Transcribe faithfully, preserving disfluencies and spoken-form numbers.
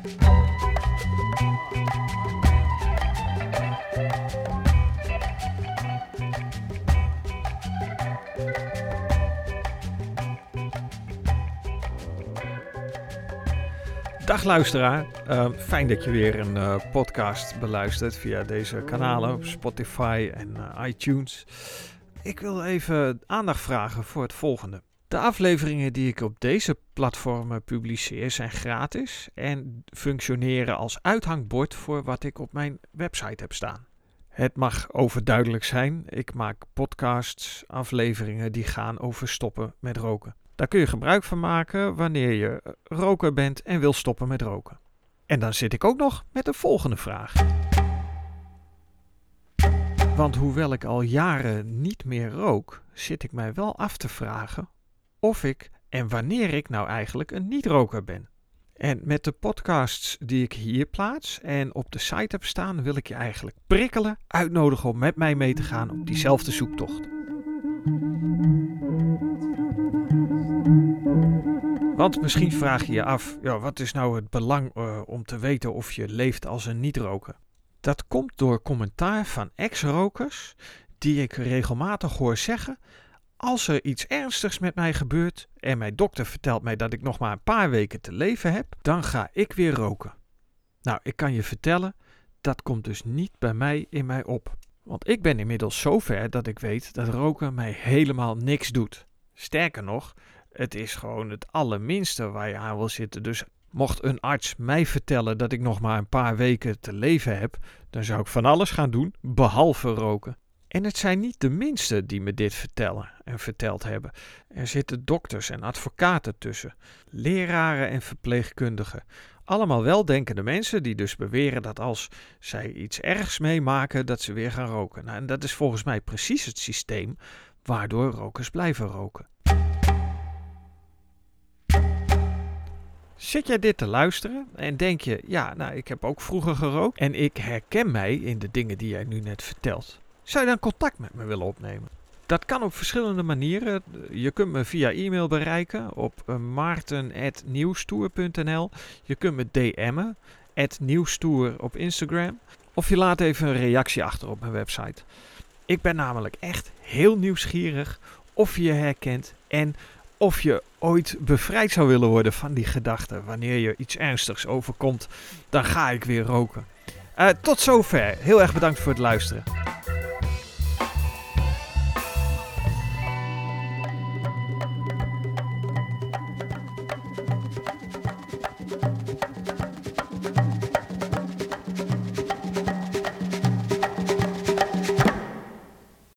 Dag luisteraar, uh, fijn dat je weer een uh, podcast beluistert via deze kanalen op Spotify en uh, iTunes. Ik wil even aandacht vragen voor het volgende. De afleveringen die ik op deze platformen publiceer zijn gratis en functioneren als uithangbord voor wat ik op mijn website heb staan. Het mag overduidelijk zijn, ik maak podcasts, afleveringen die gaan over stoppen met roken. Daar kun je gebruik van maken wanneer je roker bent en wil stoppen met roken. En dan zit ik ook nog met de volgende vraag. Want hoewel ik al jaren niet meer rook, zit ik mij wel af te vragen of ik en wanneer ik nou eigenlijk een niet-roker ben. En met de podcasts die ik hier plaats en op de site heb staan, wil ik je eigenlijk prikkelen, uitnodigen om met mij mee te gaan op diezelfde zoektocht. Want misschien vraag je je af, ja, wat is nou het belang uh, om te weten of je leeft als een niet-roker? Dat komt door commentaar van ex-rokers die ik regelmatig hoor zeggen: als er iets ernstigs met mij gebeurt en mijn dokter vertelt mij dat ik nog maar een paar weken te leven heb, dan ga ik weer roken. Nou, ik kan je vertellen, dat komt dus niet bij mij in mij op. Want ik ben inmiddels zo ver dat ik weet dat roken mij helemaal niks doet. Sterker nog, het is gewoon het allerminste waar je aan wil zitten. Dus mocht een arts mij vertellen dat ik nog maar een paar weken te leven heb, dan zou ik van alles gaan doen, behalve roken. En het zijn niet de minste die me dit vertellen en verteld hebben. Er zitten dokters en advocaten tussen, leraren en verpleegkundigen. Allemaal weldenkende mensen die dus beweren dat als zij iets ergs meemaken, dat ze weer gaan roken. Nou, en dat is volgens mij precies het systeem waardoor rokers blijven roken. Zit jij dit te luisteren en denk je, ja, nou, ik heb ook vroeger gerookt en ik herken mij in de dingen die jij nu net vertelt. Zou je dan contact met me willen opnemen? Dat kan op verschillende manieren. Je kunt me via e-mail bereiken op maarten at nieuwstoer punt n l. Je kunt me D M'en, at nieuwstoer op Instagram. Of je laat even een reactie achter op mijn website. Ik ben namelijk echt heel nieuwsgierig of je je herkent en of je ooit bevrijd zou willen worden van die gedachte. Wanneer je iets ernstigs overkomt, dan ga ik weer roken. Uh, tot zover. Heel erg bedankt voor het luisteren.